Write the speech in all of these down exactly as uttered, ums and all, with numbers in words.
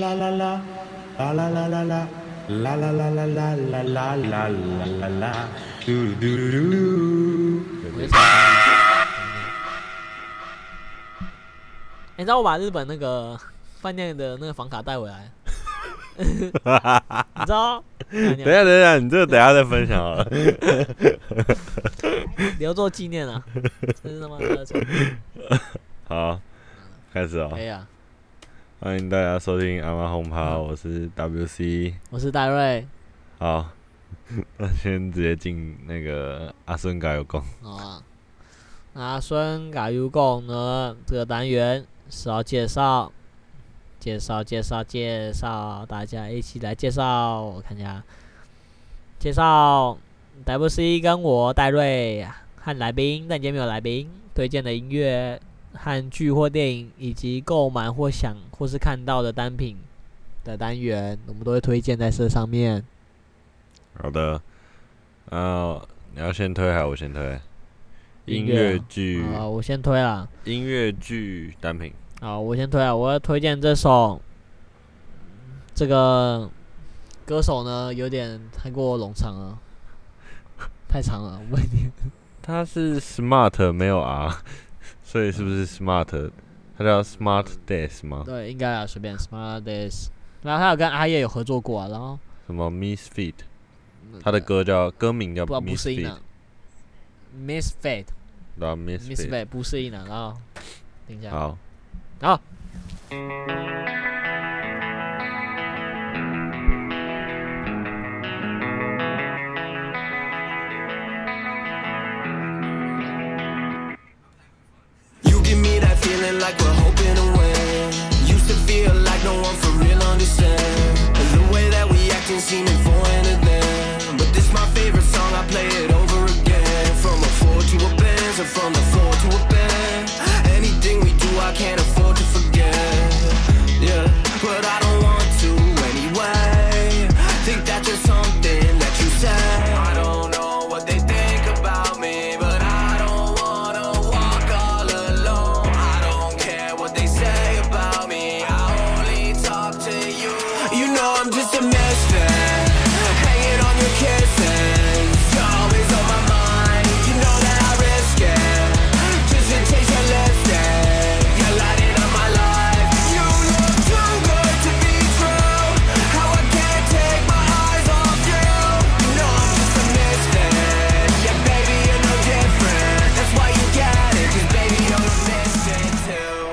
啦啦啦，啦啦啦啦啦，啦啦啦啦啦啦啦啦啦啦，嘟噜嘟噜嘟噜。 你知道我把日本那个饭店的那个房卡带回来，你知道？ 等一下等一下，你这个等一下再分享好了， 留作纪念啊！真是他妈的丑。 好，开始哦。 可以啊。 欢迎大家收听阿妈轰趴，我是 W C， 我是戴瑞。 好，那先直接进那个阿孙加油讲。 啊，阿孙加油讲呢，这个单元是要介绍。介绍介绍介绍，大家一起来介绍。我看一下，介绍 W C 跟我戴瑞和来宾，但今天没有来宾，推荐的音乐和剧或电影，以及购买或想或是看到的单品的单元，我们都会推荐在这上面。 好的，呃，你要先推还是我先推？音乐剧啊，我先推啦。 音乐剧单品。 好，我先推啊！我要推荐这首，这个歌手呢有点太过冗长了，太长了，我问你。 他是 Smart 没有 R， 所以是不是 Smart？ 他叫 Smart Days 吗？ 对，应该啊，随便 Smart Days。然后他有跟阿叶有合作过啊，然后什么 Misfit， 他的歌叫歌名叫 Misfit， 不是一男 ，Misfit， 对啊 ，Misfit 不是一男，然后等一下， 好。 好。 You give me that feeling like we're hoping to win. Used to feel like no one for real understand the way that we acting seeming foreign to them. But this my favorite song, I play it over again. From a four to a Benz, or from the floor to a band. Anything we do, I can't afford to forget. Yeah, but I don't want to anyway. Think that's just something that you say. I don't know what they think about me, but I don't wanna walk all alone. I don't care what they say about me, I only talk to you. You know I'm just a misfit, hanging on your kisses. You're always on my mind, you know that I risk it, just to taste your lipstick. You're lighting up my life. You look too good to be true, how I can't take my eyes off you. You know I'm just a misfit, yeah baby you're no different. That's why you get it, cause baby you're a misfit too.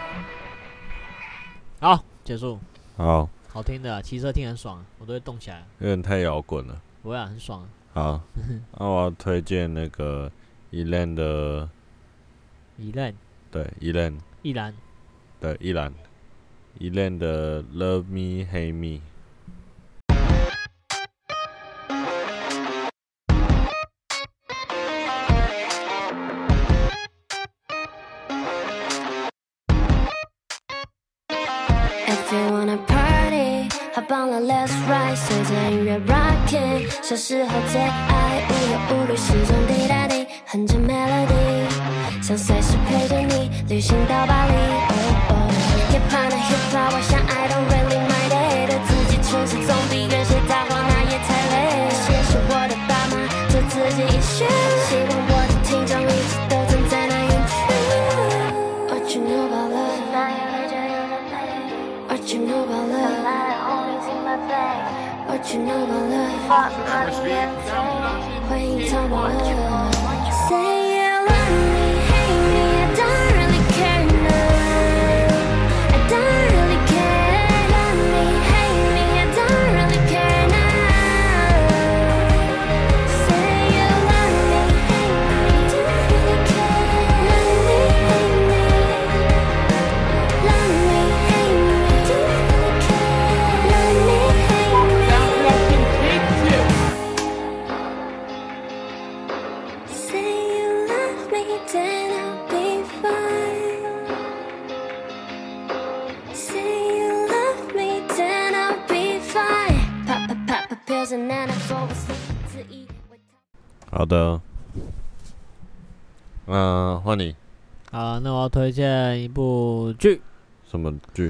好，结束。 好， 好听的、啊，骑车听很爽，我都会动起来。 有点太摇滚了。 不会啊，很爽、啊。 好，那我要推荐那个 Elaine 的 Elaine， 对 Elaine， 依然， 对依然 Elaine 的 Love Me Hate Me。 If you wanna party， 好棒了 Let's ride， 随着音乐 rocking， 小时候最爱无忧无虑，时钟滴答滴，哼着 melody， 想随时陪着你旅行到巴黎。Oh oh， Hip hop 的 hip hop， 我想 I don't really mind it， 自己诠释总比跟谁搭话那也太累。谢谢我的爸妈，这自己一学，希望我的听众一直都站在那园区。What you know about love？What you know about love? What you know about love? 欢迎唱我的 Say you love me, hate me, I don't really care now. I don't really care. Love me, hate me, I don't really care now. Say you love me, hate me, don't really care. Love me, hate me. Love me, hate me, don't really care. Love me, hate me. Say you love me, then I'll be fine. Say you love me, then I'll be fine. Pop, pop, pop, pop pills and then I fall asleep. 自以为好的，嗯、呃，换你。 好，那我要推荐一部剧， 什么剧？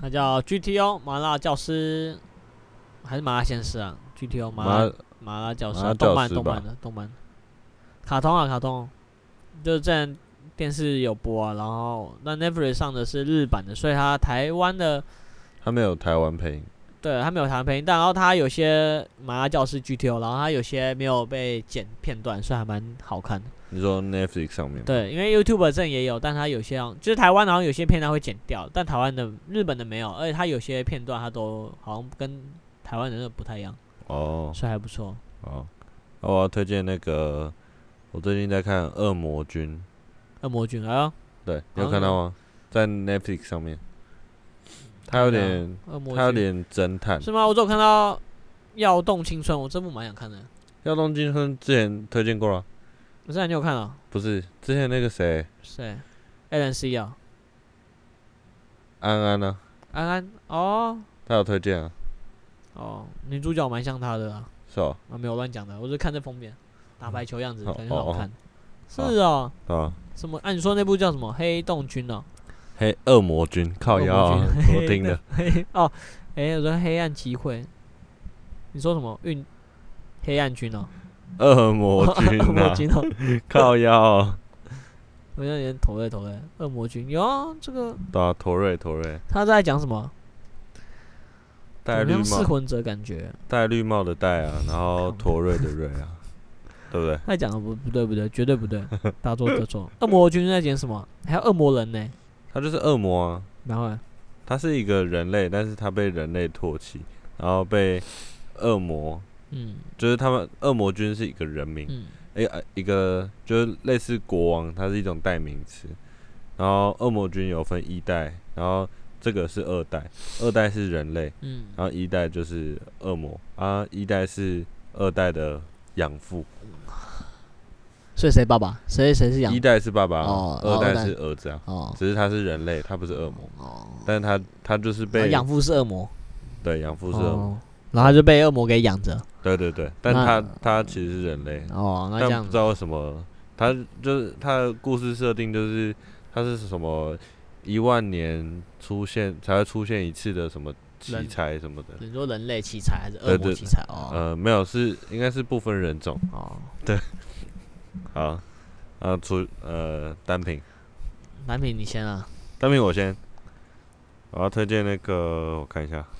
它叫 G T O 麻辣教师，还是麻辣鲜师啊 ？G T O 麻辣麻麻辣教师、 麻辣啊，动漫教师吧动漫的动漫，卡通啊卡通，就是之前电视有播啊，然后那 Netflix 上的是日版的，所以它台湾的他没有台湾配音， 对它没有台湾配音，但然后它有些麻辣教师 G T O， 然后它有些没有被剪片段，所以还蛮好看的。 你说 Netflix 上面？ 对，因为 YouTube 这也有，但它有些就是台湾，然后有些片段会剪掉，但台湾的、日本的没有，而且它有些片段它都好像跟台湾的那个不太一样， 哦， 所以还不错。 好，那我要推荐那个，我最近在看《恶魔君恶魔君，哎呦，》， 对，你有看到吗？在 Netflix 上面，它有点， 恶魔它有君点侦探。 是吗？我只有看到《耀动青春》，我这部蛮想看的。 《耀动青春》之前推荐过了， 我之前你有看啊？ 不是之前那个谁， 谁 ？L N C 啊？ 安安呢、 安安哦他有推荐啊， 哦，女主角蛮像她的啊， 是哦， 啊没有乱讲的，我是看这封面，打排球样子， 哦感觉很好看。 哦是哦， 对吧？ 什么？啊，你说那部叫什么？黑洞君哦。 黑恶魔君靠腰、啊， 恶魔君我听的。 黑哦，哎、欸，我说黑暗机会，你说什么运黑暗君哦？ 恶魔君恶魔啊， 君哦， 靠腰、啊， 我有点头嘞头嘞，恶魔君有啊，这个对啊，陀瑞陀瑞， 他在讲什么？ 戴绿好像噬帽， 魂者感觉， 戴绿帽的戴啊，然后陀瑞的瑞啊，对不对？ 他在讲的不不对不对，绝对不对，大错特错。恶魔君在讲什么？还有恶魔人呢？ 他就是恶魔啊， 然后呢他是一个人类，但是他被人类唾弃，然后被恶魔， 嗯就是他们恶魔君是一个人名， 嗯一、欸、一个就是类似国王，它是一种代名词。然后恶魔君有分一代，然后这个是二代，二代是人类， 嗯， 然后一代就是恶魔啊，一代是二代的养父， 所以谁爸爸？谁谁是养一？代是爸爸， 哦二代二代是儿子啊， 哦只是他是人类，他不是恶魔， 哦， 但是他他就是被养父是恶魔， 对养父是恶魔， 哦，然后他就被恶魔给养着。 对对对，但那他他其实是人类， 哦，那这样但不知道为什么，他就是他的故事设定就是他是什么一万年出现才会出现一次的什么奇才什么的， 你说人类奇才还是恶对对魔奇才？哦呃，没有，是应该是不分人种。 哦， 好，啊出呃单品， 男品你先啊。 单品我先，我要推荐那个我看一下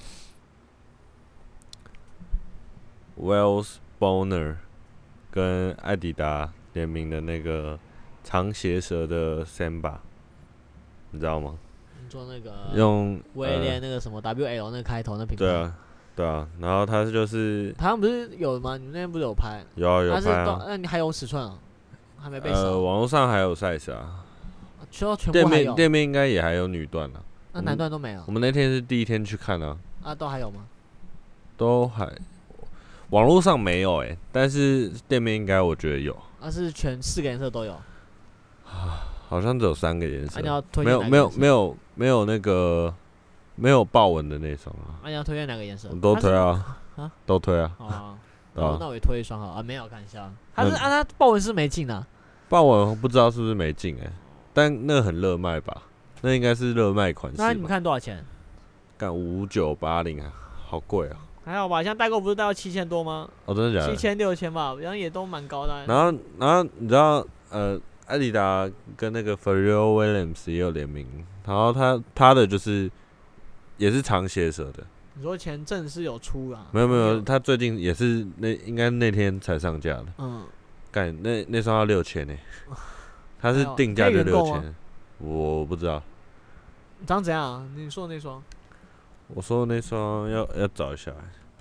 ，Wells Bonner 跟艾迪达联名的那个长鞋蛇的 Samba， 你知道吗？ 你做那个用威廉呃那个什么 W L 那个开头那品牌， 对啊对啊，然后它就是台湾不是有吗？你们那边不是有拍？ 有啊有它是到拍啊， 那你还有尺寸啊？还没被呃烧？ 网络上还有 size 啊， 全全店部还有？ 面店面应该也还有女段啊。 那男段都没有我们那天是第一天去看啊， 啊？都还有吗？ 都还网络上没有哎、欸，但是店面应该我觉得有， 那是全四个颜色都有。 好像只有三个颜色那你，要推没有没有荐哪个颜色没有没有那个没有豹纹的那双啊， 那你要推荐哪个颜色我？都它是推啊啊， 都推啊， 哦， 对啊， 哦那我也推一双好啊，没有看一下。它是嗯啊，它豹纹是没进啊。 豹纹不知道是不是没进哎、但那个很热卖吧？那应该是热卖款式那你们吧？ 看多少钱？ 干五九八零啊，好贵啊！ 还好吧，像代购不是代购七千多吗？ 哦，真的假的？ 七千六千吧，然后也都蛮高的啊。 然后，然后你知道，呃，艾迪达跟那个 Pharrell Williams 也有联名，然后他他的就是也是长鞋蛇的， 你说前阵是有出啊？ 没有没有，他最近也是那应该那天才上架的， 嗯， 干那那双要六千呢，他是还有定价就可以原购吗六千，我不知道， 长怎样啊？你说的那双我说那双要要找一下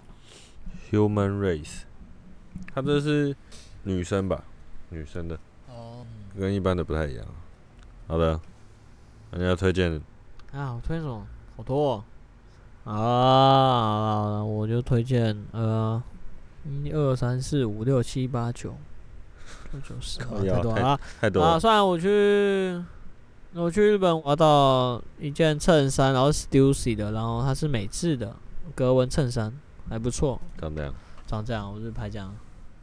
，Human Race，他这是女生吧，女生的。 哦， 跟一般的不太一样。好的，那你要推荐啊，我推荐什么？好多哦。啊，好了，我就推荐呃，一二三四五六七八九，六九十， 靠腰太多了啊！啊， 太多了。 算了，我去，我去日本，我要到一件衬衫，然后是 Stussy 的，然后它是美制的格纹衬衫，还不错， 长这样， 长这样，我是拍这样。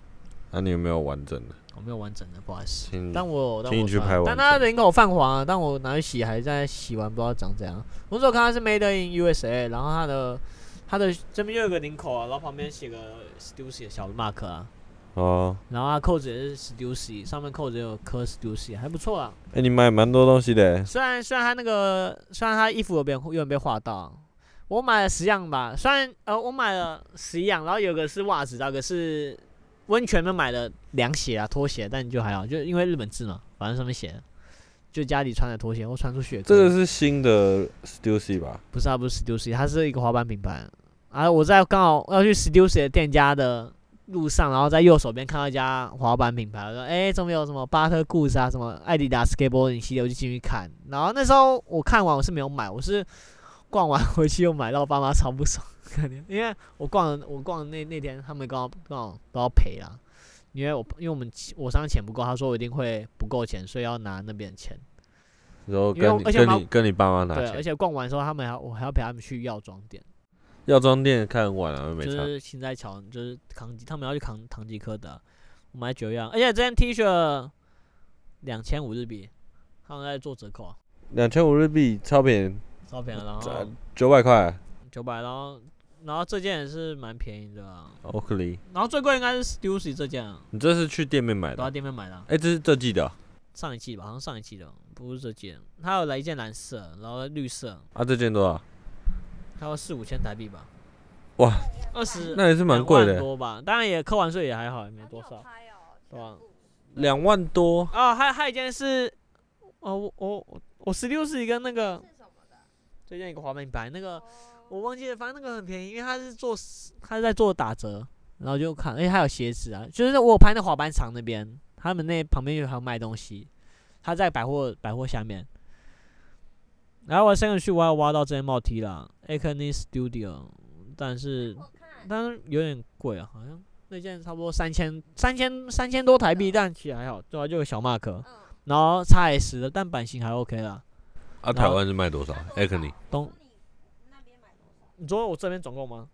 那、啊、你有没有完整的？ 我没有完整的，不好意思。 请但我但请你去拍完整但它人口泛黄啊，但我拿去洗还在洗完，不知道长怎样。我只有看它是 Made in U S A， 然后它的它的这边又有个领口啊，然后旁边写个 Stussy 的小 mark 啊。 哦。 然后它扣子也是 Stussy， 上面扣子有颗 Stussy， 还不错啊。 哎、欸，你买蛮多东西的。 虽然虽然它那个虽然它衣服有被有点被画到，我买了十样吧。虽然呃我买了十样，然后有个是袜子，有个是温泉们买的凉鞋啊拖鞋，但就还好，就因为日本字嘛，反正上面写的，就家里穿的拖鞋或穿出去。 这个是新的 Stussy 吧？ 不是啊，不是 Stussy， 它是一个滑板品牌。啊，我在刚好要去 Stussy 的店家的路上，然后在右手边看到一家滑板品牌，我说哎、欸，怎么有什么巴特库斯啊，什么艾迪达 skateboarding 系列，我就进去看。然后那时候我看完我是没有买，我是逛完回去又买到，我爸妈超不爽。因为我逛我逛的那那天，他们刚好刚好都要赔啦，因为我因为我们我上次钱不够，他说我一定会不够钱，所以要拿那边的钱。 然后跟你跟你跟你爸妈拿钱。 对，而且逛完的时候，他们还我还要陪他们去药妆店。 药妆店看很晚了，没差。 就是新在桥，就是唐吉，他们要去唐唐吉诃德，我买九样，而且这件 T 恤两千五日币，他们在做折扣啊。 两千五日币，超便宜。 超便宜，然后九百块。 九百，然后然后这件也是蛮便宜的、啊。 Oakley。 然后最贵应该是 Stussy 这件、啊。 你这是去店面买的？ 对啊，店面买的、啊。 哎、欸，这是这季的、啊。 上一季吧，好像上一季的，不是这件。它有来一件蓝色，然后绿色。 啊，这件多少？ 它要四五千台币吧。 哇， 二十， 那也是蛮贵的， 多吧？当然也扣完税也还好，也没多少，对吧？ 两万多哦，还还有一件是，哦，我我我十六是一个那个，最近一个滑板品牌，那个我忘记了，反正那个很便宜，因为它是做它是在做打折，然后就看，而且还有鞋子啊，就是我有拍那滑板场那边，他们那旁边有还有卖东西，他在百货百货下面。然后我三个去，我要挖到这件帽 T 啦 ，Acne Studio。但是，但是有点贵啊，好像那件差不多三千三千三千多台币，但其实还好，对啊，就有小 mark， 然后 X S 的，但版型还 OK 啦。 啊，台湾是卖多少 ？Acne 东，你说我这边总共吗？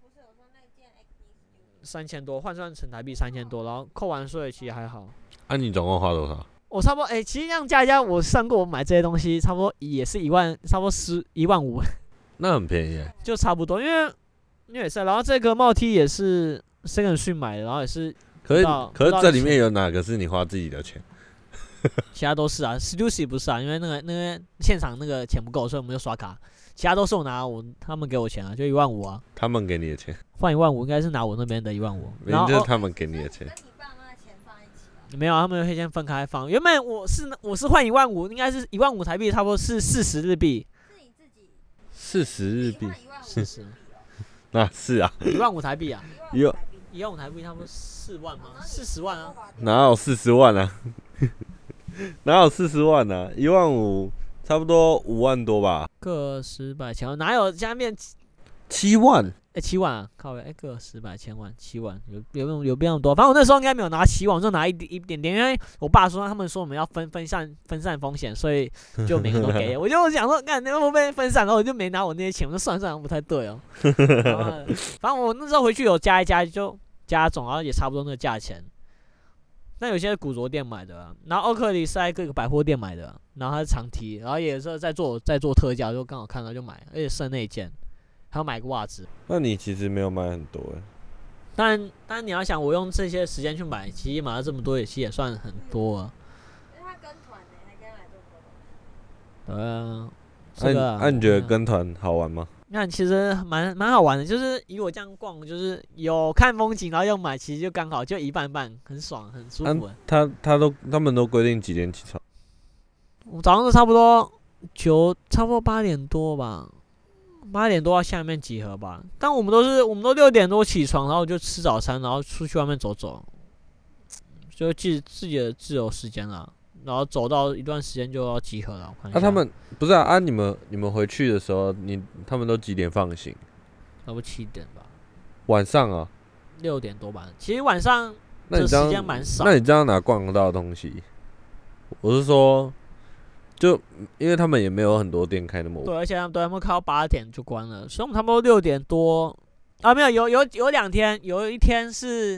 三千多，换算成台币三千多，然后扣完税其实还好。 啊，你总共花多少？ 我差不多，哎、欸，其实这样加一加，我算过我买这些东西，差不多也是一万，差不多十一万五。 那很便宜耶。 就差不多，因为。因为也是，然后这个帽 T 也是 Second Shin 买的，然后也是， 可是可是这里面有哪个是你花自己的钱？ 其他都是啊 ，Stussy 不是啊，因为那个那个现场那个钱不够，所以我们就刷卡，其他都是我拿我他们给我钱啊，就一万五啊。 他们给你的钱？ 换一万五应该是拿我那边的一万五， 然后就是他们给你的钱。 跟你爸妈的钱放一起、啊？没有、啊，他们会先分开放。原本我是我是换一万五，应该是一万五台币，差不多是四十日币。 是你自己？ 四十日币？ 四十。 那是啊， 一万五台币啊， 一万一万五台币，差不多四万吗？四十万啊？ 哪有四十万啊？哪有四十万啊？一万五，差不多五万多吧？ 个十百千万，哪有加面七万？ 哎、欸，七万啊，靠！哎、欸，个十百千万，七万，有有有变那么多？反正我那时候应该没有拿七万，我就拿一一点点，因为我爸说他们说我们要分分散分散风险，所以就每个都给。我就想说，干那会不会分散？然后我就没拿我那些钱，我就算算不太对哦。反正我那时候回去有加一加，就加总，然后也差不多那个价钱。但有些是古着店买的、啊，然后奥克利是在各个百货店买的、啊，然后它是长 T， 然后也是在做在做特价，就刚好看到就买，而且剩那一件。还要买个袜子， 那你其实没有买很多哎。 但但你要想，我用这些时间去买，其实买了这么多，也其实也算很多啊。 因为他跟团呢，还可以买这么多东西。 对啊。 那、 这个啊啊、你觉得跟团好玩吗？ 那其实蛮蛮好玩的，就是以我这样逛，就是有看风景，然后又买，其实就刚好就一半半，很爽，很舒服、 啊。他他都他们都规定几点起床？ 我早上都差不多九，差不多八点多吧。八点多到下面集合吧，但我们都是我们都六点多起床，然后就吃早餐，然后出去外面走走，就自己自己的自由时间啦。然后走到一段时间就要集合了。我看一下。 啊，他们不是啊啊！你们你们回去的时候，你他们都几点放行？ 差不多七点吧。晚上啊？ 六点多吧。其实晚上这时间蛮少。 那你这样哪逛得到东西？我是说。就因为他们也没有很多店开那么晚， 对，而且他们对他们开到八点就关了，所以我们差不多六点多啊，没有有有有两天，有一天是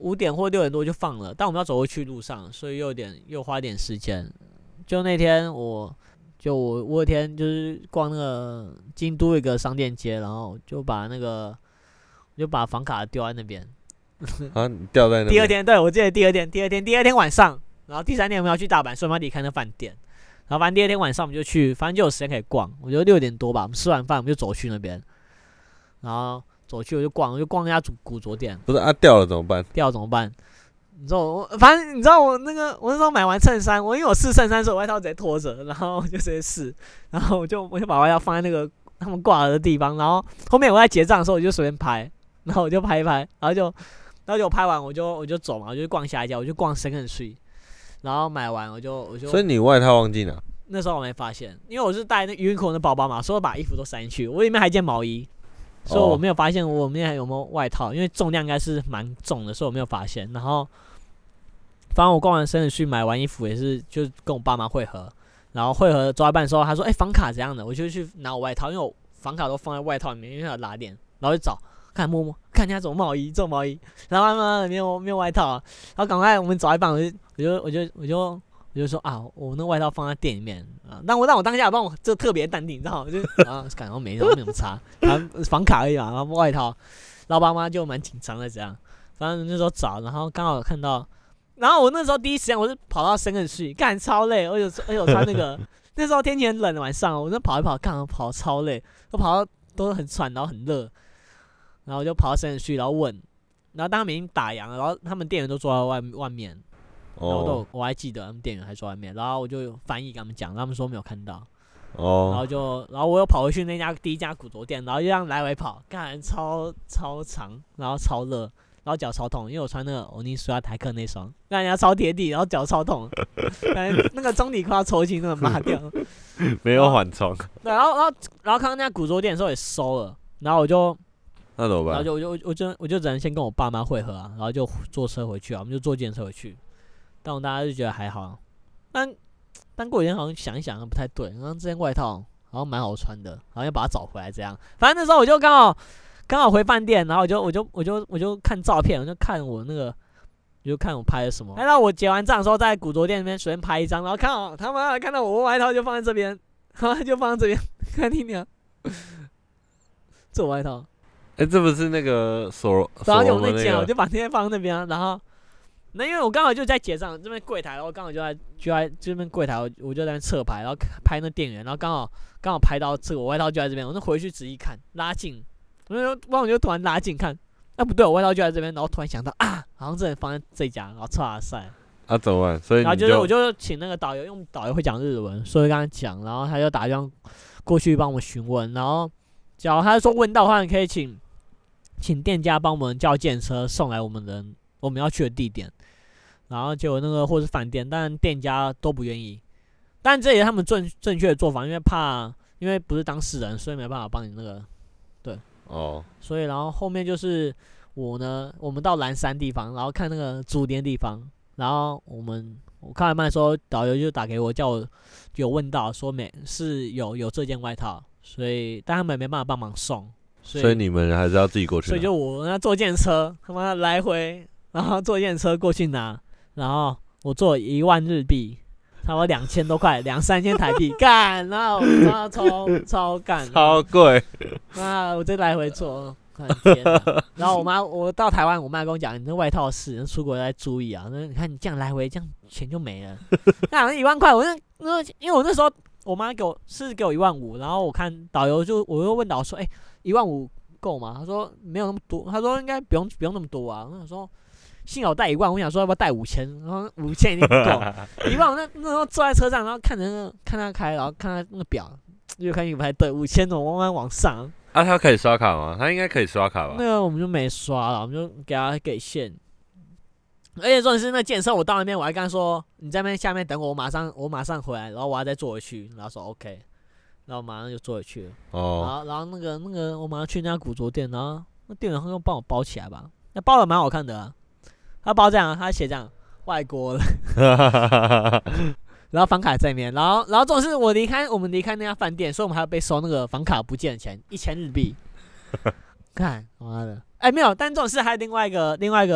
五点或六点多就放了，但我们要走回去路上，所以又有点又花点时间。就那天我，就我我有一天就是逛那个京都一个商店街，然后就把那个就把房卡丢在那边。 啊，你掉在那边。 第二天，对我记得第二天，第二天，第二天晚上，然后第三天我们要去大阪，所以我们要离开那饭店。然后反正第二天晚上我们就去，反正就有时间可以逛。我觉得六点多吧，我们吃完饭我们就走去那边，然后走去我就逛，我就逛一下古着店。 不是啊，掉了怎么办？ 掉了怎么办？你知道我，反正你知道我那个，我那时候买完衬衫，我因为我试衬衫的时候，我外套直接脱着，然后就直接试，然后我就我就把外套放在那个他们挂的地方，然后后面我在结账的时候我就随便拍，然后我就拍一拍，然后就然后就拍完我就我就走嘛，我就去逛下一家，我就逛 Second Street， 然后买完我就我就。 所以你外套忘记拿？ 那时候我没发现，因为我是带那 Uniqlo 的包包嘛，所以我把衣服都塞进去，我里面还有一件毛衣。所以我没有发现我里面还有没有外套，因为重量应该是蛮重的，所以我没有发现。然后，反正我逛完生日去买完衣服也是，就跟我爸妈会合。然后会合走到一半的时候，他说：“哎、欸，房卡怎样的？”我就去拿我外套，因为我房卡都放在外套里面，因为它有拉链。然后就找，看摸摸，看人家种毛衣，这种毛衣。然后慢慢没有没有外套、啊，然后赶快我们走到一半，我就我就我就我就我就说啊，我那外套放在店里面啊。但我但我当下帮我就特别淡定，你知道吗？就啊，感觉没什么没什么差，然后房卡而已嘛，然后外套，然后爸妈就蛮紧张的这样。反正那时候找，然后刚好看到，然后我那时候第一时间我是跑到深圳去，干超累，而且而且我穿那个那时候天气很冷的晚上，我那跑一跑，干跑超累，我跑到都很喘，然后很热，然后我就跑到深圳去，然后问，然后当他们已经打烊了，然后他们店员都坐在外外面。然后我都我还记得他们店员还坐外面，然后我就翻译跟他们讲，他们说没有看到， 哦， 然后就然后我又跑回去那家第一家古着店，然后就这样来回跑，干超超长，然后超热，然后脚超痛，因为我穿那个欧尼苏亚台克那双，干人家超贴地，然后脚超痛，感觉那个中底快要抽筋，那个麻掉， 没有缓冲。 对，然后然后然后看到那家古着店的时候也收了，然后我就那怎么办？ 然后就我就我就我就只能先跟我爸妈会合啊，然后就坐车回去啊，我们就坐电车回去。但我大家就觉得还好，但但过几天好像想一想不太对，然后这件外套好像蛮好穿的，好像要把它找回来这样。反正那时候我就刚好刚好回饭店，然后我就我就我就我就看照片，我就看我那个，我就看我拍了什么。看到我结完账的时候，在古着店那边随便拍一张，然后看到他妈看到我外套就放在这边，然后就放在这边，看你娘，这我外套。 哎、欸，这不是那个索然后有那那件，我就把那件放在那边，然后。那因为我刚好就在结账这边柜台，然后刚好就在就在这边柜台，我我就在那边侧拍，然后拍那店员，然后刚好刚好拍到这个我外套就在这边，我就回去仔细看，拉近，我就不然我就突然拉近看，那、啊、不对，我外套就在这边，然后突然想到啊，好像真的放在这家，然后哇塞， 啊怎么办？所以你就然后就是我就请那个导游，因为导游会讲日文，所以跟他讲，然后他就打电话过去帮我们询问，然后假如他说问到的话，你可以请请店家帮我们叫计程车送来我们的我们要去的地点。然后结果那个或是饭店，但店家都不愿意。但这也是他们正正确的做法，因为怕，因为不是当事人，所以没办法帮你那个，对， 哦， 所以然后后面就是我呢，我们到蓝山地方，然后看那个驻店地方，然后我们我看完麦的时候，导游就打给我，叫我有问到说没是有有这件外套，所以但他们没办法帮忙送，所以所以你们还是要自己过去拿。 所以就我那坐电车，他妈来回，然后坐电车过去拿。然后我做一万日币，差不多两千多块，两三千台币，干，然后妈超超干， 超贵， 妈我这来回做，天哪！然后我妈，我到台湾，我妈跟我讲，你那外套是出国要注意啊，那你看你这样来回，这样钱就没了，那好像一万块，我那那因为我那时候我妈给我是给我一万五，然后我看导游就我又问导游说，哎、欸，一万五够吗？他说没有那么多，他说应该不用不用那么多啊，我想说。幸好带一万，我想说要不要带五千，然后五千已经不够，一万我那那时候坐在车上，然后看着那个看他开，然后看他那个表，越看越不太对，五千怎么慢慢往上？ 啊，他可以刷卡吗？他应该可以刷卡吧？ 那个我们就没刷了，我们就给他给现。而且重点是那健身，我到那边我还跟他说，你在那边下面等我，我马上我马上回来，然后我要再坐回去，然后说 OK， 然后马上就坐回去了。哦。然后然后那个那个我马上去那家古着店，然后那店员好像帮我包起来吧，那包的蛮好看的啊。他包这样，他写这样，外国的，然后房卡在里面，然后然后重点是我离开，我们离开那家饭店，所以我们还要被收那个房卡不见的钱，一千日币。看，妈的，哎、欸、没有，但重点是还有另外一个另外一个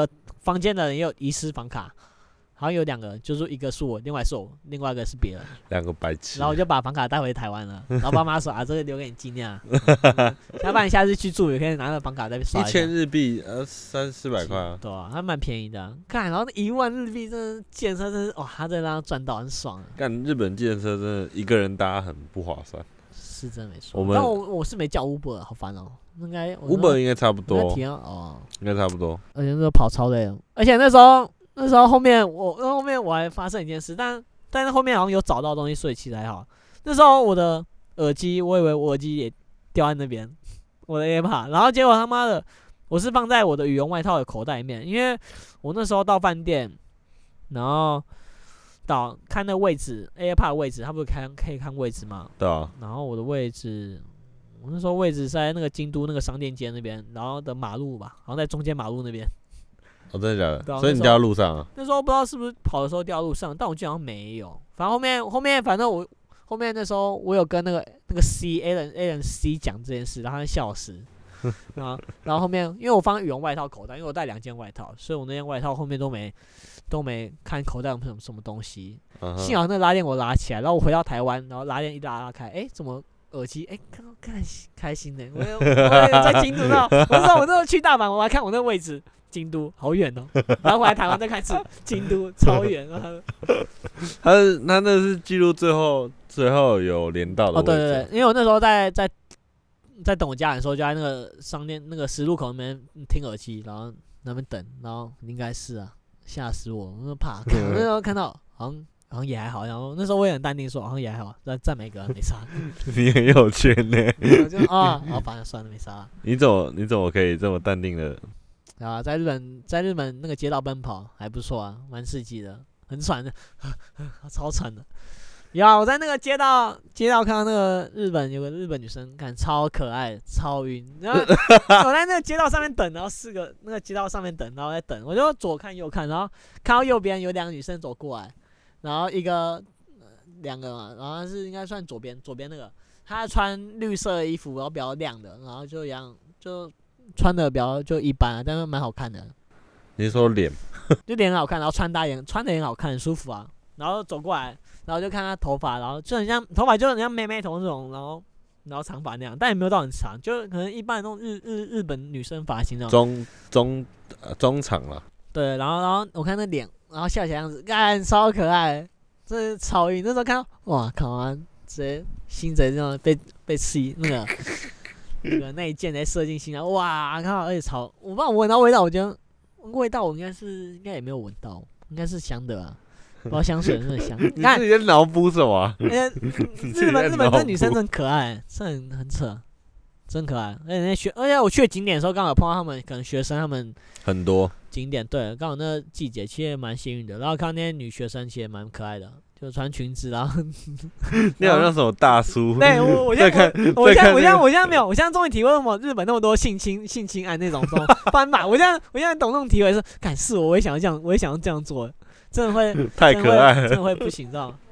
房间的人也有遗失房卡，好像有两个，就是一个是我，另外是我，另外一个是别人。 两个白痴。 然后我就把房卡带回台湾了，然后爸妈说啊，这个留给你纪念啊，要不然你下次去住也可以拿着房卡再刷一下。 一千日币，呃，三四百块啊。 对啊，还蛮便宜的、啊。看，然后一万日币，真的健身真是哇，他在那赚到很爽、啊。 干日本计程车真的一个人搭很不划算。 是真没错。 我们但我我是没叫 Uber， 好烦哦。应该 Uber 应该差不多。 体验哦， 应该差不多。 而且那时候跑超累了，而且那时候那时候后面我后面我还发生一件事，但但是后面好像有找到东西，所以其实还好。那时候我的耳机，我以为我耳机也掉在那边，我的 AirPod， 然后结果他妈的，我是放在我的羽绒外套的口袋里面，因为我那时候到饭店，然后到看那个位置 AirPod 的位置，他不是看可以看位置吗？ 对啊。 然后我的位置，我那时候位置是在那个京都那个商店街那边，然后的马路吧，好像在中间马路那边。 哦，真的假的？ 啊、 所以你掉在路上啊？ 那时候不知道是不是跑的时候掉路上，但我记得好像没有。反正后面后面反正我后面那时候我有跟那个那个 C A 人 A 人 C 讲这件事，然后他笑死。然后然后后面因为我放羽绒外套口袋，因为我带两件外套，所以我那件外套后面都没都没看口袋有什么什么东西。Uh-huh. 幸好那个拉链我拉起来，然后我回到台湾，然后拉链一拉拉开，哎，怎么耳机？哎，看开开心的，我有我有在京都那，我知道我那时候去大阪，我还看我那个位置。京都好远哦，然后回来台湾再看一次，京都超远。 他他那是记录最后最后有连到的位置。 哦，对对对，因为我那时候在在在等我家人的时候，就在那个商店那个十路口那边听耳机，然后那边等，然后应该是啊，吓死我，我怕。我那时候看到好像好像也还好，然后那时候我也很淡定说好像也还好，再再买一个没差。 你很有钱呢。 我就啊，好反正算了没差。 你怎么你怎么可以这么淡定的？ 啊，在日本，在日本那个街道奔跑还不错啊，蛮刺激的，很喘的，超喘的。有啊，我在那个街道街道看到那个日本有个日本女生，看超可爱，超晕。然后我在那个街道上面等，然后四个那个街道上面等，然后在等，我就左看右看，然后看到右边有两个女生走过来，然后一个两个嘛，然后是应该算左边左边那个，她穿绿色的衣服，然后比较亮的，然后就一样就。穿的比较就一般啊，但是蛮好看的。 你是说脸？ 就脸很好看，然后穿搭也穿的也很好看，很舒服啊。然后走过来，然后就看他头发，然后就很像头发就很像妹妹头那种，然后然后长发那样，但也没有到很长，就可能一般那种日日日本女生发型那种。 中中呃中长了。 对，然后然后我看那脸，然后笑起来样子，干超可爱，真的超晕。那时候看到，哇靠啊，直接心直接这样被被刺那个。那个那一件在射进心啊！哇，靠！而且超，我不知道我闻到味道，我觉得味道我应该是应该也没有闻到，应该是香的啊，不知道香水真的香。 你自己在脑补什么、啊？ 欸、日本日本这女生真的可爱，真的很很扯，真可爱。而且那学，而且我去的景点的时候，刚好碰到他们，可能学生他们很多景点，对，刚好那个季节其实也蛮幸运的。然后看到那些女学生其实也蛮可爱的。就穿裙子，然后你好像什么大叔？ 对我，我现在我我现在我现在我现在没有，我现在终于体会为什么日本那么多性侵性侵案那种这种方法。我现在我现在懂那种体会是，敢是我，我也想要这样，我也想要这样做，真的会太可爱了， 真的会不行，知道吗？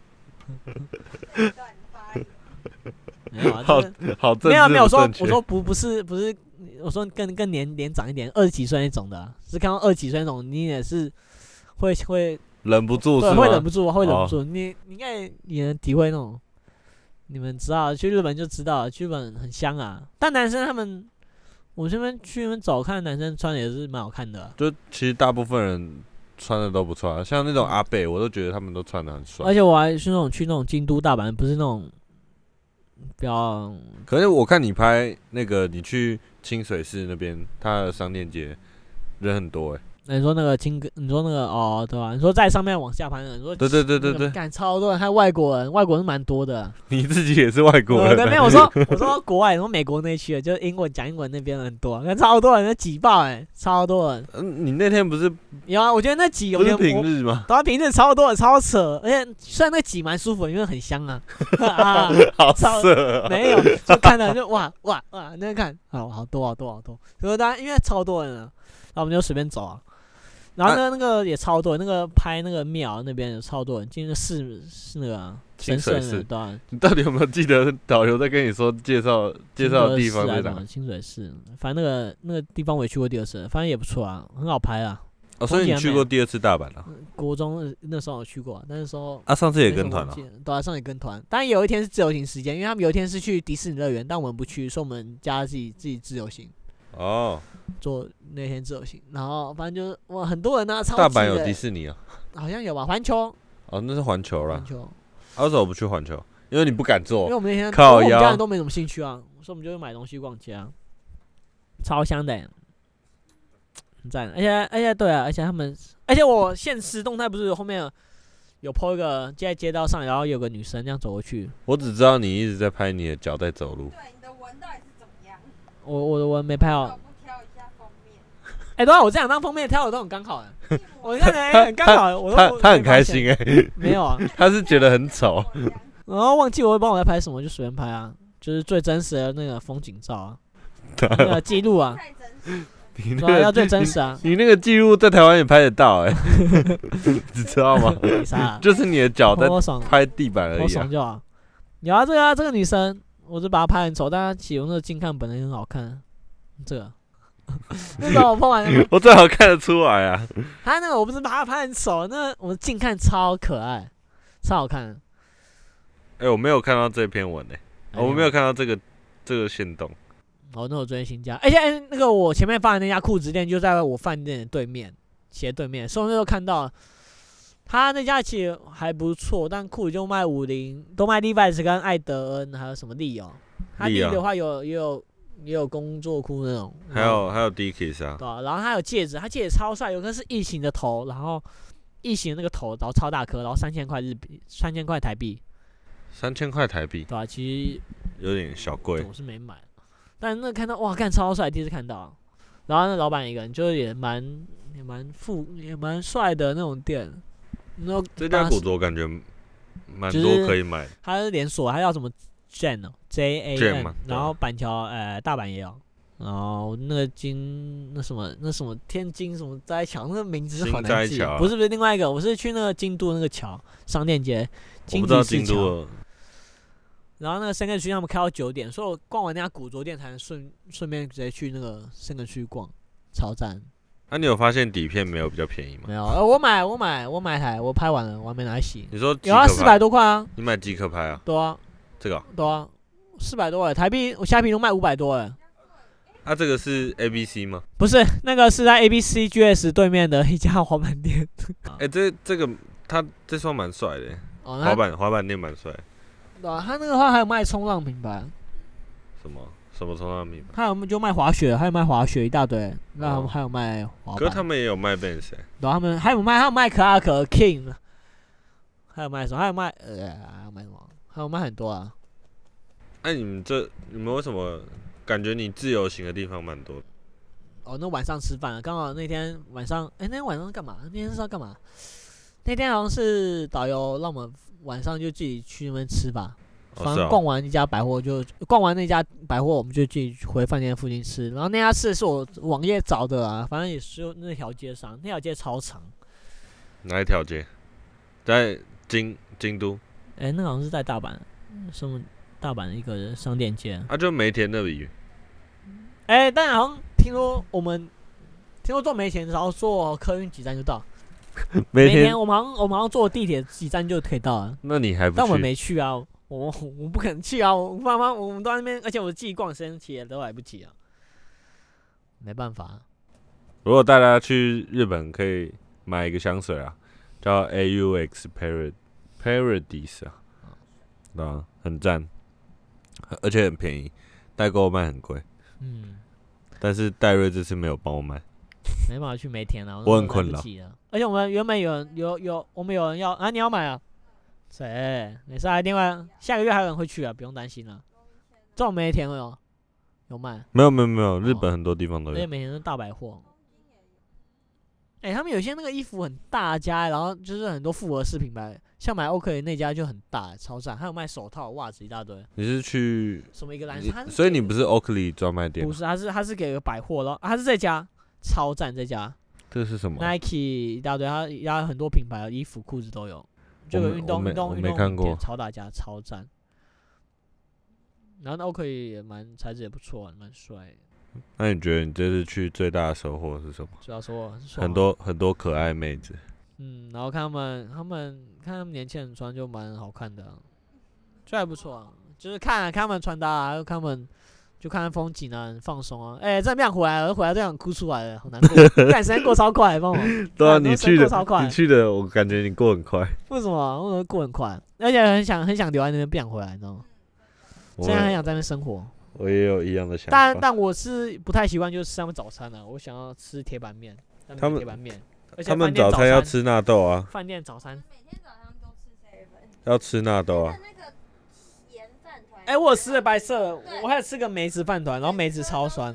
没有啊， 好好正， 没有没有说，我说不不是不是，我说更更年年长一点，二十几岁那种的、啊，是看到二十几岁那种，你也是会会。 忍不住是吗？ 对，会忍不住，会忍不住。哦、你你应该也能体会那种，你们知道，去日本就知道，去日本很香啊。但男生他们，我这边去那边找看男生穿的也是蛮好看的、啊。 就其实大部分人穿的都不错、啊，像那种阿伯，我都觉得他们都穿的很帅。 而且我还是那种去那种京都、大阪，不是那种比较。 可是我看你拍那个，你去清水寺那边，它的商店街人很多哎、欸。 你说那个青哥，你说那个哦，对吧、啊？你说在上面往下盘的，你说对对对对对， 干、那个、超多人，还有外国人，外国人蛮多的。 你自己也是外国人、啊？ 对，没有，我说我说国外，说美国那区的，就是英文讲英文那边很多，看超多人，那挤爆哎、欸，超多人。 嗯，你那天不是有啊？我觉得那挤， 不是平日吗？ 对啊，平日超多人，超扯，而且虽然那挤蛮舒服的，因为很香啊。啊好色、啊， 没有，就看到就哇哇哇，那个看好好多好多好多，所以大家因为超多人啊，然后我们就随便走啊。然后呢，那个也超多人，那个拍那个庙那边有超多人，进那寺是那个、啊、神圣的，对、啊。 你到底有没有记得导游在跟你说介绍介绍的地方在哪？ 清水寺，反正那个那个地方我也去过第二次，反正也不错啊，很好拍啊。 哦，所以你去过第二次大阪了、啊？ 国中那时候有去过、啊，但是说啊，上次也跟团了、啊， 对啊，上次也跟团，但有一天是自由行时间，因为他们有一天是去迪士尼乐园，但我们不去，所以我们加自己自己自由行。 哦， 做那天自由行，然后反正就是哇，很多人啊，超大阪有迪士尼啊？ 好像有吧，环球。 哦，那是环球啦。 环球。 啊，为什么我不去环球？因为你不敢做。 因为我们那天， 靠腰， 我们家人都没什么兴趣啊，所以我们就会买东西逛街啊，超香的、欸，很赞。而且而且对啊，而且他们，而且我现实动态不是后面有有 po 一个在街道上，然后有个女生这样走过去。 我只知道你一直在拍你的脚在走路。 对，你的纹到底是怎么样？ 我我的纹没拍好。哎、欸，对啊，我这两张封面挑的都很刚好的，我看起来很刚好，我都他他很开心哎、欸， 没有啊， 他是觉得很丑， 然后忘记我会帮我在拍什么，就随便拍啊，就是最真实的那个风景照啊，那个记录啊， 你那个要最真实啊， 你那个记录在台湾也拍得到哎、欸，你知道吗？ 啊、 就是你的脚在拍地板而已、啊， 好爽就好。有啊，这个啊，这个女生，我就把她拍很丑，但她启用那个近看本来很好看，这个。那时候我拍完， 我最好看得出来啊。 他那个我不是把他拍很丑，那我近看超可爱，超好看。 哎、欸，我没有看到这篇文诶、欸，我没有看到这个这个限动。 哦，那我昨天新加，而且、欸、那个我前面放的那家裤子店就在我饭店的对面，斜对面，所以我那时候看到他那家其实还不错，但裤子就卖五零，都卖 Levi's 跟艾德恩，还有什么利哦。他利的话有也有。也有工作裤那种， 还有还有 Dickies 啊， 对啊，然后他有戒指，他戒指超帅，有个是异形的头，然后异形的那个头，然后超大颗，然后三千块日币，三千块台币， 三千块台币， 对啊，其实有点小贵， 我是没买，但那看到哇，看超帅，第一次看到，然后那老板一个人就是也蛮也蛮富也蛮帅的那种店，那这家古着感觉蛮多可以买， 他是连锁，他要什么？Jen 哦 ，J A N， 然后板桥呃大阪也有，然后那个金那什么那什么天津什么斋桥，那个名字是好难记， 啊、 不是不是另外一个，我是去那个京都那个桥商店街， 我不知道京都。 然后那个深坑区他们开到九点，所以我逛完那家古着店才能顺顺便直接去那个深坑区逛，超赞。 那、啊、你有发现底片没有比较便宜吗？ 没有，呃，我买我买我买台，我拍完了，我还没拿来洗。 你说有啊，四百多块啊。 你买几颗拍啊？ 对啊。 这个、喔、 对啊，四百多哎，台币我虾皮都卖五百多哎。 啊，这个是 A B C 吗？ 不是，那个是在 A B C G S 对面的一家滑板店。 哎、欸，这这个他这双蛮帅的、哦，滑板滑板店蛮帅。 对啊，他那个话还有卖冲浪品牌。 什么什么冲浪品牌？ 他有就卖滑雪，还有卖滑雪一大堆，那、哦、还有卖滑板。 可是他们也有卖 Vans 哎、欸。 对、啊，他们还有卖，还有卖克拉克 King， 还有卖什么？还有卖呃，还有卖什么？还有卖很多啊。 哎、啊，你们这你们为什么感觉你自由行的地方蛮多的？ 哦，那晚上吃饭了，刚好那天晚上，哎、欸，那天晚上干嘛？那天是要干嘛？那天好像是导游让我们晚上就自己去那边吃吧。反正逛完一家百货就、哦哦、逛完那家百货，我们就自己回饭店附近吃。然后那家吃是我网页找的啊，反正也是那条街上，那条街超长。 哪一条街？在京京都。 哎、欸，那好像是在大阪，什么大阪的一个商店街。 啊，就梅田那里。 哎、欸，但好像听说我们听说坐梅田，然后坐客运几站就到。梅田我们好像我们好像坐地铁几站就可以到了。 那你还不去？ 但我们没去啊。我我不可能去啊！我爸妈我们都在那边，而且我自己逛时间其实都来不及啊，没办法。 如果大家去日本，可以买一个香水啊，叫 A U X Paradise 啊，对啊，很赞，而且很便宜，代购卖很贵。嗯，但是戴瑞这次没有帮我买， 没办法去梅田啊， 我很困扰。 而且我们原本有人有有我们有人要啊，你要买啊？谁？没事啊，另外下个月还有人会去啊，不用担心啊。这种梅田有有卖？ 没有没有没有，日本很多地方都有。 而且梅田是大百货。哎、欸，他们有些那个衣服很大家，然后就是很多复合式品牌，像买 OK 那家就很大，超赞，还有卖手套、袜子一大堆。 你是去什么一个蓝色？ 所以你不是 Oakley 专卖店？ 不是，他是他是给个百货，然后他是这家超赞这家。 这个是什么 ？Nike 一大堆，他他很多品牌的衣服、裤子都有。这个运动运动运动店超大家超赞，然后 OK 也蛮材质也不错，蛮帅。 那你觉得你这次去最大的收获是什么？ 主要说很多很多可爱妹子。 嗯，然后看他们，他们看他们年轻人穿就蛮好看的、啊，就还不错啊。就是看看他们穿搭啊，看他们就看看风景啊，很放松啊。哎、欸，这样回来了，回来这样哭出来了，好难过。感时间过超快，帮我。 对啊，你去的， 你去的，我感觉你过很快。 为什么？为什么过很快？而且很想很想留在那边，不想回来，你知道吗？现在很想在那边生活。 我也有一样的想法。 但但我是不太习惯，就是吃他们早餐啊。我想要吃铁板面，他们铁板面。 他们早餐要吃纳豆啊。 饭店早餐。 每天早上都吃 seven。 要吃纳豆啊。 哎、欸，我有吃了白色，我还有吃个梅子饭团，然后梅子超酸。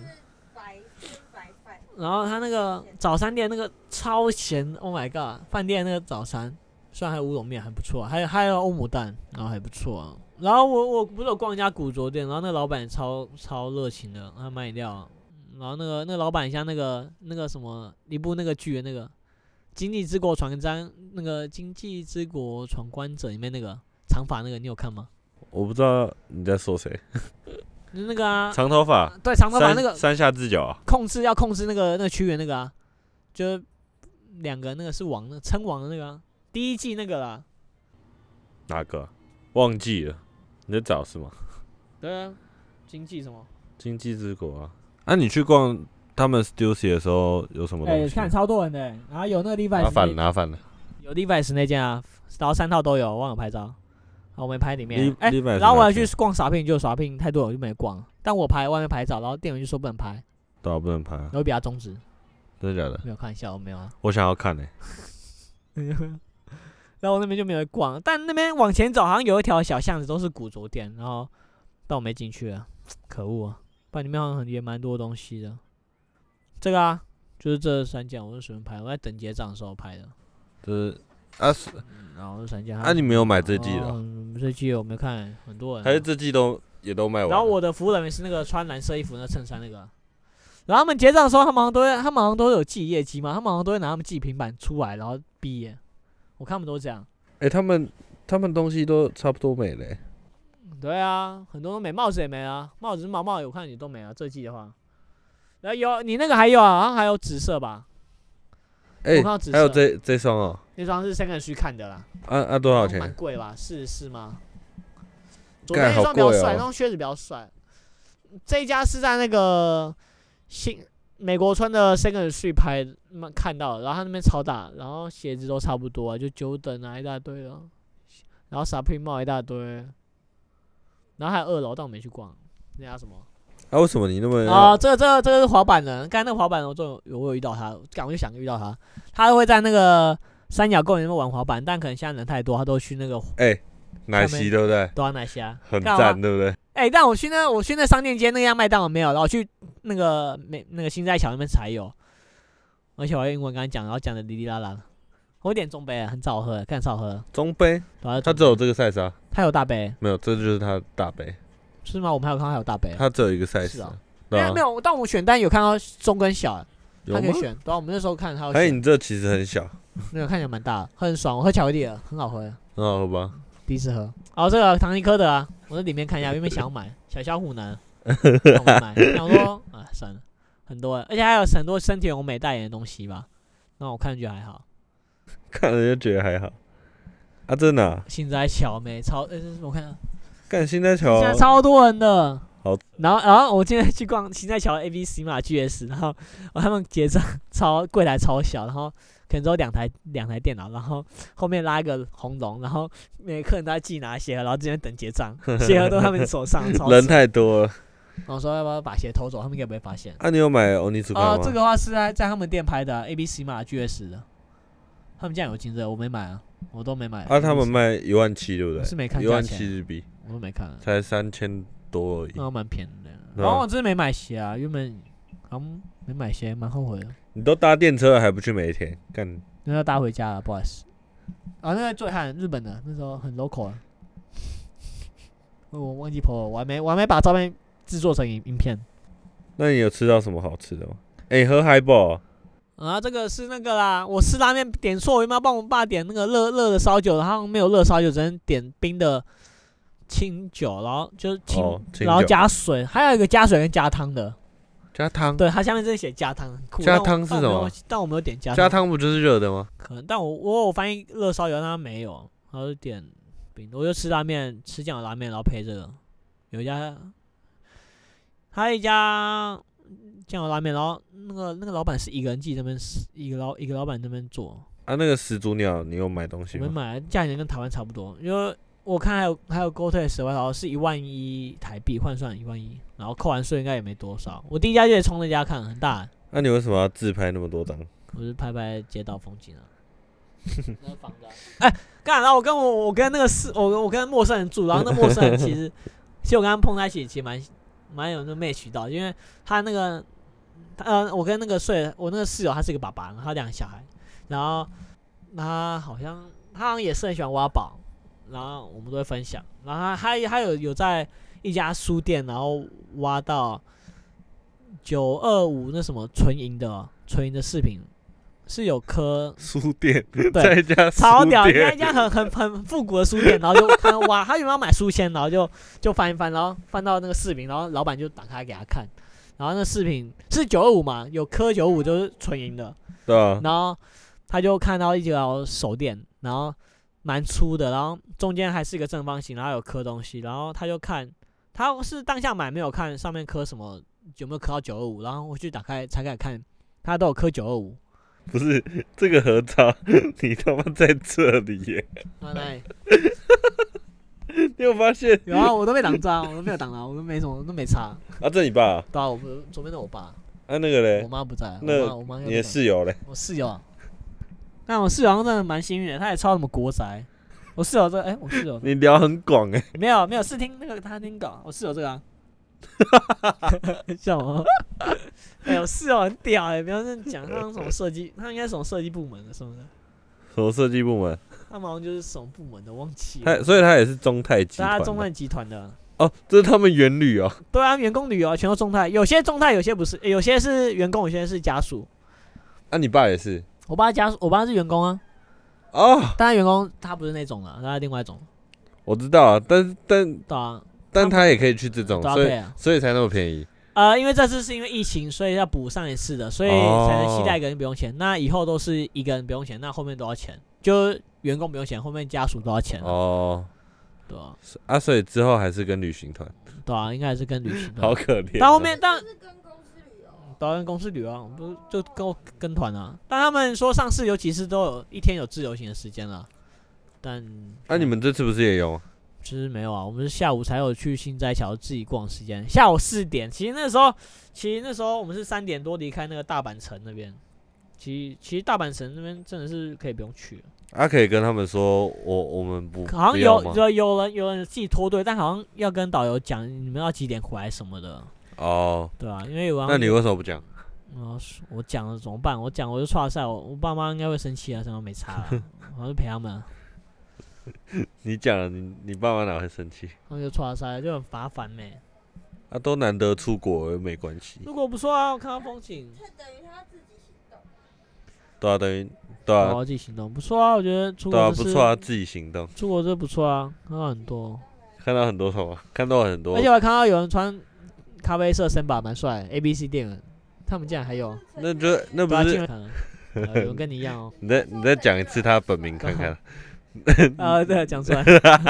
然后他那个早餐店那个超咸 ，Oh my god！ 饭店那个早餐虽然还有乌龙面还不错，还有还有欧姆蛋，然后还不错、啊。然后我我不是有逛一家古着店，然后那个老板超超热情的，他卖饮料。然后那个那个老板像那个那个什么一部那个剧的那个《经济之国闯关》那个《经济之国闯关者》里面那个长发那个，你有看吗？ 我不知道你在说谁。 就是那个啊， 长头发， 对，长头发那个山下智久啊， 控制要控制那个那个区域那个啊，就两个那个是王的称王的那个、啊，第一季那个啦。 哪个、啊？忘记了，你在找是吗？ 对啊，经济什么？ 经济之国啊。啊，你去逛他们 Stussy 的时候有什么东西？哎、 欸，看超多人的、欸，然后有那个 Levi's， 拿反了，拿反了。 有 Levi's 那件啊，然后三套都有，忘了拍照。我没拍里面，哎、 欸， 然后我要去逛耍聘，就耍聘太多了，我就没逛。但我拍外面拍照，然后店员就说不能拍， 对啊，不能拍、啊， 然后比他终止。 真的假的？ 没有看一下，我没有啊。 我想要看呢、 欸。然后我那边就没有逛，但那边往前走好像有一条小巷子，都是古着店，然后但我没进去啊，可恶啊！不然里面好像也蛮多东西的。这个啊，就是这三件，我是随便拍，我在等结账的时候拍的。 这是啊是。 然后三件。 啊，你没有买这季的、 哦？这季我没看，很多人、啊。 还是这季都也都卖完了。 然后我的服务人员是那个穿蓝色衣服那衬衫那个。然后他们结账的时候，他们好像都会，他们好像都会有记业绩嘛，他们好像都会拿他们记平板出来，然后毕业。我看他们都这样。 哎、欸，他们他们东西都差不多没了、欸。 对啊，很多都没，帽子也没啊，帽子毛毛我看你都没啊，这季的话。然后有你那个还有啊，好像还有紫色吧。 哎、欸，还有这这双哦。 那双是 Second 去看的啦。 啊啊，多少钱？ 蛮贵吧？四十四吗？左边那双比较帅，那双靴子比较帅。这一家是在那个新美国村的 Second Street 拍看到的，然后他那边超大，然后鞋子都差不多啊，就Jordan啊一大堆了，然后 Supreme 帽一大堆，然后还有二楼，但我没去逛。那家什么？ 啊，为什么你那么？ 啊、呃，这个这个这个是滑板的，刚才那个滑板我就有我有遇到他，刚我就想遇到他，他会在那个三角公园那边玩滑板，但可能现在人太多，他都去那个哎、欸、奶昔对不对？ 对啊，奶昔啊， 很赞对不对？ 哎、欸，但我去那我去那商店街那家麦当劳没有，然后我去那个美那个新在桥那边才有，而且我用英文跟他讲，然后讲的哩哩啦啦。我点中杯啊，很好喝，看超好喝。 中杯？它只有这个 size 啊？ 它有大杯？ 没有，这就是它大杯。 是吗？我们还有看到还有大杯。 它只有一个 size 啊。 对啊， 没有，但我选单有看到中跟小， 有他可以选。对啊，我们那时候看他有选。 哎，你这其实很小。 那个看起来蛮大的，很爽。我喝巧克力了，很好喝。 很好喝吧？ 第一次喝。哦，这个唐吉诃德啊，我在里面看一下，有没有想要买？小小虎男，让我买。想说啊，算了，很多，而且还有很多身体柔美代言的东西吧。那我看就还好。 看了就觉得还好。啊，真的、啊？ 新在桥没超，呃、欸，我看看。 干新在桥。 现在超多人的。 好， 然后，然后我今天去逛新在桥 A B C 嘛 G S， 然后我他们结账超柜台超小，然后可能只有两台两台电脑，然后后面拉一个红龙，然后每个客人都在自己拿鞋盒，然后这边等结账，鞋盒都在他们手上，超人太多了。 然后说要不要把鞋偷走，他们应该不会发现。 啊，你有买欧尼斯卡吗？ 哦，这个话是在在他们店拍的、啊、A B C 嘛 G S 的，他们这样有金色，我没买啊，我都没买。 啊，他们卖一万七，对不对？ 我是没看一万七日币， 我都没看、啊， 才三千多而已， 那蛮便宜的。然后我真的没买鞋啊，原本好像没买鞋，蛮后悔的。 你都搭电车了，还不去梅田干？ 那要搭回家了，不好意思。啊，那个醉汉日本的，那时候很 local 啊。我忘记 po 了，我还没我还没把照片制作成影影片。 那你有吃到什么好吃的吗？哎、欸，喝海宝啊，这个是那个啦，我吃拉面点错，我原本要帮我爸点那个热热的烧酒，然后没有热烧酒，只能点冰的清酒，然后就是清， 哦、 然后加水，还有一个加水跟加汤的。 加汤。 对，它下面真的写加汤，很酷。 加汤是什么？ 但我没有点加汤。 加汤不就是热的吗？ 可能，但我我有翻译热烧油，但它没有，然后点饼，我就吃拉面，吃酱油拉面，然后配这个。有一家，他一家酱油拉面，然后那个那个老板是一个人自己那边一个老一个老板那边做。 啊，那个始祖鸟你有买东西吗？ 我们买价钱跟台湾差不多，因为我看还有还有 GoTo 十万，然后是一万一台币换算一万一，然后扣完税应该也没多少。我第一家就冲那家看，很大。 那、啊、你为什么要自拍那么多张？ 我是拍拍街道风景啊。那房子、啊，哎，干，然后我跟我我跟那个是，我我跟陌生人住，然后那陌生人其实，其实我跟他们碰在一起，其实蛮蛮有那 match 到，因为他那个，呃，我跟那个睡，我那个室友他是一个爸爸，然后他两个小孩，然后他好像他好像也是很喜欢挖宝，然后我们都会分享，然后他他他有有在一家书店，然后挖到九二五那什么纯银的纯银的饰品。是有颗书店， 对， 在一家超屌，在一家很很很复古的书店，然后就看哇，他原本要买书签，然后就就翻一翻，然后翻到那个饰品，然后老板就打开给他看，然后那饰品是九二五嘛，有颗九二五就是纯银的， 对啊， 然后他就看到一条手链，然后蛮粗的，然后中间还是一个正方形，然后有刻东西，然后他就看，他是当下买没有看上面刻什么，有没有刻到九二五，然后我去打开才开始看，他都有刻九二五。 不是这个合照，你他妈在这里耶！ 啊，对， 你有发现？ 有啊，我都被挡着，我都没有挡啊，我都没什么，都没差。 啊，这你爸、啊？ 对啊，我不左边的我爸。 啊，那个嘞？ 我妈不在。 那我妈你的室友嘞？ 我室友、啊。但我室友好像真的蛮幸运的，他也抄什么国宅。我室友这，哎、欸，我室友。 你聊很广哎、 欸。没有没有，是听那个他听稿。我室友这个、啊。笑我。哎、欸，我室友很屌哎、欸，不要这样讲，他是什么设计？他应该是什么设计部门的，什么的？ 什么设计部门？ 他们好像就是什么部门的，忘记了。 他所以他也是中泰集团。 他中泰集团的。 哦，这是他们员旅哦。 对啊，员工旅游全都中泰，有些中泰，有些不是，欸、有些是员工，有些是家属。 啊，你爸也是？ 我爸家属，我爸是员工啊。 哦。 但是员工他不是那种的，他是另外一种。 我知道啊，但但对啊， 但他也可以去这种，所以、 啊、 所以才那么便宜。 呃，因为这次是因为疫情，所以要补上一次的，所以才能期待一个人不用钱。哦、那以后都是一个人不用钱，那后面都要钱，就员工不用钱，后面家属都要钱。哦，对啊。 啊，所以之后还是跟旅行团。 对啊，应该还是跟旅行团。 好可怜、啊。 但后面但。导演公司旅游啊，不是就跟跟团啊？但他们说上市尤其是都有一天有自由行的时间了。但那、啊、你们这次不是也有？ 其实没有啊，我们是下午才有去新斋桥自己逛时间。下午四点，其实那时候，其实那时候我们是三点多离开那个大阪城那边。其实其实大阪城那边真的是可以不用去了。 啊，可以跟他们说，我我们不好像有有有人有人自己脱队，但好像要跟导游讲你们要几点回来什么的。哦，对啊，因为有。 那你为什么不讲？ 我我讲了怎么办？我讲我就剉赛，我我爸妈应该会生气啊，什么没差了，我就陪他们。 你讲了，你你爸妈哪会生气？ 他们就剉赛，就很麻烦咩。 啊，都难得出国，又没关系。 出国不错啊，我看到风景。 这等于他自己行动。 对啊，等于对啊。 我自己行动不错啊，我觉得出国。 对啊，不错啊，自己行动。 出国这不错啊，看到很多。 看到很多什么？看到很多。 而且我还看到有人穿咖啡色森巴，蛮帅 ，A B C 店的。他们竟然还有， 那就那不是、 啊呃、有人跟你一样哦。 你再你再讲一次他本名看看。 啊，对，讲出来。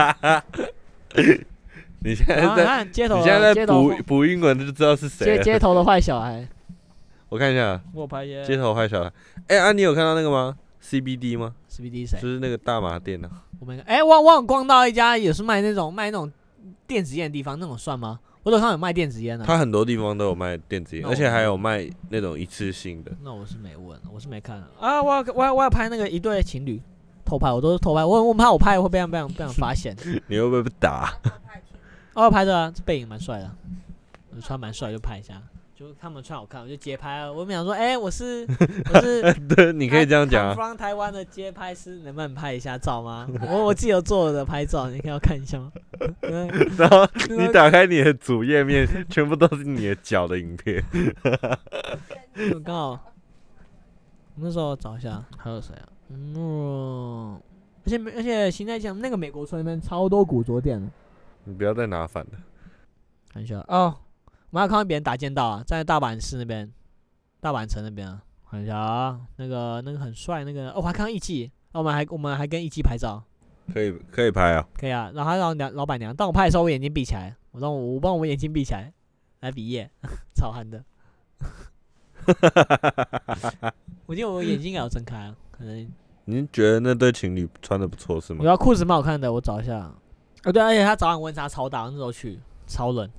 你现在在、 啊、街头， 你现在在补补英文就知道是谁了。 街街头的坏小孩。 我看一下， 我拍一些街头坏小孩。哎、欸、啊，你有看到那个吗 ？C B D 吗 ？C B D 谁？ 就是那个大麻店啊。 我没看。哎、欸，我我有逛到一家也是卖那种卖那种电子烟的地方，那种算吗？我都看有卖电子烟的、啊， 他很多地方都有卖电子烟，而且还有卖那种一次性的。 那我是没问，我是没看啊。我要我要我要拍那个一对情侣偷拍，我都是偷拍，我我怕我拍会被被被被发现。 你会不会被打？ 我要拍的啊，这背影蛮帅的，我穿蛮帅就拍一下，就他们穿好看我就街拍啊。我们想说，哎、欸，我是我是， 对，你可以这样讲啊。 from 台湾的街拍师，能不能拍一下照吗？我我自己有做的拍照，你可以要看一下吗？ 然后你打开你的主页面，全部都是你的脚的影片。 刚好那时候找一下还有谁啊？嗯，而且而且现在讲那个美国村那边超多古着店的。 你不要再拿反了。 看一下哦， 们还有看到别人打剑道啊，在大阪市那边，大阪城那边啊，看一下啊，那个那个很帅那个，哦，我还看到艺伎，我们还我们还跟艺伎拍照， 可以可以拍啊。 可以啊。然后他让老老板娘，当我拍的时候，我眼睛闭起来，我让我我帮我眼睛闭起来来比耶，超憨的。我记得我眼睛也有睁开啊，可能。 你觉得那对情侣穿的不错是吗？ 有啊，裤子蛮好看的，我找一下。哦对，而且他早晚温差超大，那时候去超冷。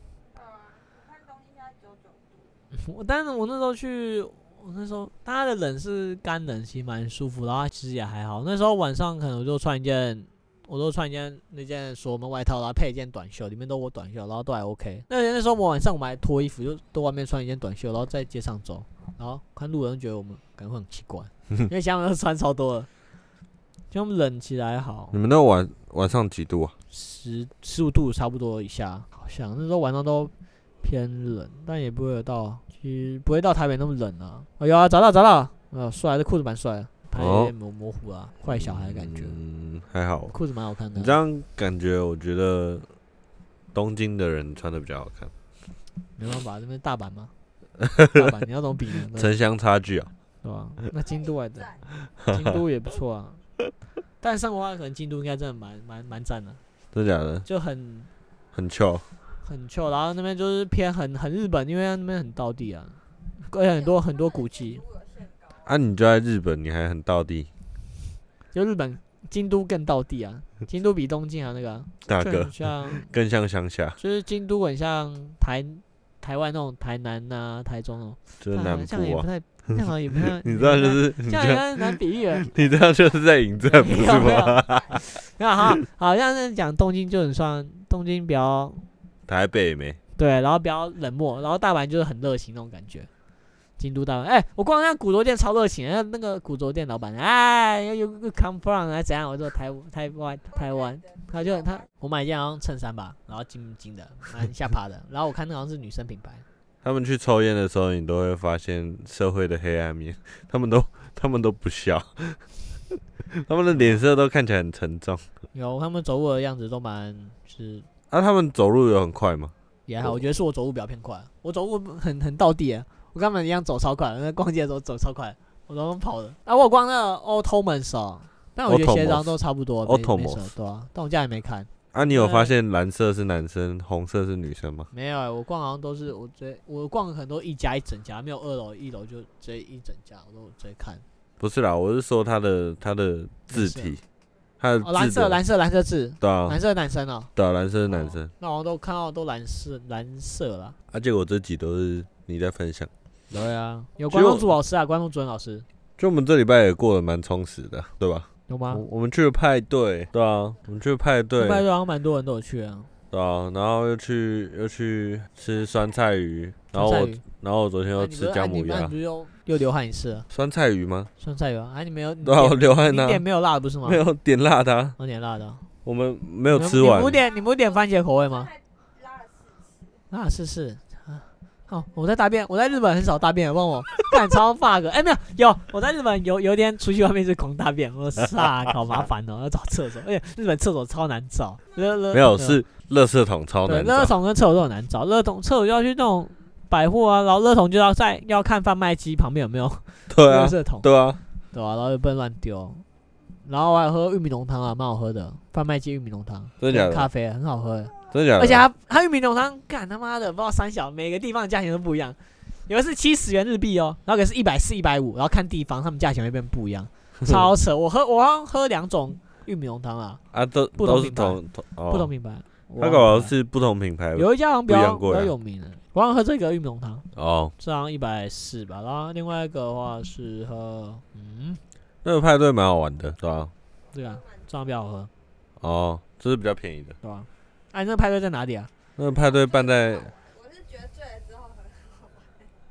我但是我那时候去，我那时候它的冷是干冷，其实蛮舒服，然后其实也还好。那时候晚上可能我就穿一件，我都穿一件那件锁门外套，然后配一件短袖，里面都我短袖，然后都还 OK。那那时候我晚上我们还脱衣服，就都外面穿一件短袖，然后在街上走，然后看路人觉得我们感觉会很奇怪，因为他们都穿超多了，就冷起来还好。 你们那晚晚上几度啊？ 十十五度差不多以下，好像那时候晚上都偏冷，但也不会有到，其实不会到台北那么冷啊。哎呦、啊，找到找到，呃，帅，这裤子蛮帅的，拍有点模模糊啊，坏小孩的感觉。 嗯，还好， 裤子蛮好看的。 你这样感觉，我觉得东京的人穿的比较好看。 没办法，这边大阪吗？大阪你要怎么比呢？ 城乡差距啊， 对吧？那京都来的，京都也不错啊。但生活的话，可能京都应该真的蛮蛮蛮赞的。 真的假的？ 就很很臭， 很臭，然后那边就是偏很很日本，因为那边很道地啊，而且很多很多古迹。 啊，你就在日本，你还很道地， 就日本京都更道地啊，京都比东京还有那个、啊， 大哥就很像， 更像乡下， 就是京都很像台台湾那种台南呐、啊、台中那种， 就是南部啊。 这样也不太，这样好像也不太， 你知道就是你这样这样， 也很难比喻了。 你这样就是在引战，不是有没有吗？ 没有好，好像是讲东京就很算东京比较台北没， 对，然后比较冷漠，然后大阪就是很热情那种感觉。京都大阪，哎、欸，我逛那古着店超热情，那那个古着店老板，哎，又又 come from 还怎样？我说台台湾台湾，他就他我买一件好像衬衫吧，然后金金的，蛮下趴的，然后我看那好像是女生品牌。 他们去抽烟的时候，你都会发现社会的黑暗面，他们都他们都不笑，他们的脸色都看起来很沉重。 有他们走路的样子都蛮是， 啊，他们走路有很快吗？ 也还好，我觉得是我走路比较偏快，我走路很很道地啊。我跟他们一样走超快，那逛街的时候走超快，我都跑的。啊，我有逛那个 Ottomans 哦，但我觉得鞋商都差不多，没没什么对啊。但我家也没看。 啊，你有发现蓝色是男生，红色是女生吗？ 没有、欸，我逛好像都是我直接我逛很多一家一整家，没有二楼一楼就直接一整家，我都直接看。 不是啦，我是说它的它的字体，它的字的、 哦、蓝色蓝色蓝色字， 对啊， 蓝色男生哦， 对啊，蓝色是男生。 哦、那我都看到都蓝色蓝色了。 啊，结果这集都是你在分享。 对啊，有关东煮老师啊，关东煮很老师。 就我们这礼拜也过得蛮充实的，对吧？ 有吗？ 我, 我们去了派对，对啊，我们去了派对， 派对好像蛮多人都有去啊。 对啊，然后又去又去吃酸菜鱼，然后我然后我昨天又吃姜母鸭。 你不是又又流汗一次了？ 酸菜鱼吗？ 酸菜鱼啊，哎你没有？ 对啊，我流汗啊。 你点没有辣的不是吗？ 没有点辣的、啊， 我点辣的、啊。 我们没有吃完。 你不点你不点番茄口味吗？辣试试。哦，我在大便，我在日本很少大便，问我干超 bug， 哎、欸、没有有，我在日本有有一天出去外面是狂大便，我说傻，好麻烦哦，要找厕所，而且日本厕所超难找，没有是垃圾桶超难找， 垃圾桶跟厕所都很难找，垃圾桶厕所就要去那种百货啊，然后垃圾桶就要在要看贩卖机旁边有没有对啊垃圾桶， 对啊， 对啊，然后又不能乱丢，然后我还喝玉米浓汤啊，蛮好喝的，贩卖机玉米浓汤， 真的假的？ 咖啡很好喝。 真的假的？ 而且它它玉米浓汤，干他妈的不知道三小，每个地方的价钱都不一样，有的是七十元日币哦，然后有的是一百四、一百五，然后看地方，他们价钱会变不一样，超扯。我喝我好像喝两种玉米浓汤啊， 啊都不同品牌， 都是同不同品牌， 它搞的是不同品牌， 有一家好像比较比较有名的，我好像喝这个玉米浓汤哦， 这好像一百四吧，然后另外一个的话是喝嗯， 那个派对蛮好玩的，对吧？ 对啊，这样比较好喝。 哦，这是比较便宜的， 对吧？哎，那个派对在哪里啊？ 那个派对办在…… 我是觉得醉了之后很好玩。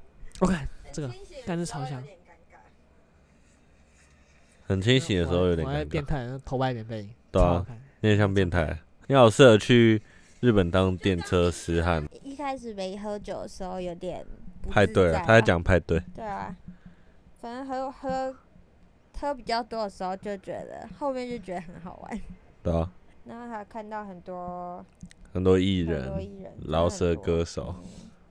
OK， 这个干是超香。 很清醒的时候有点尴尬。 我还变态，头歪扁背。 对啊，你也像变态。你好适合去日本当电车师汉。 一开始没喝酒的时候有点不派对啊，他在讲派对。 对啊，反正喝喝喝比较多的时候就觉得，后面就觉得很好玩。 对啊。 然后还看到很多很多艺人， 很多艺人， 饶舌歌手。 嗯、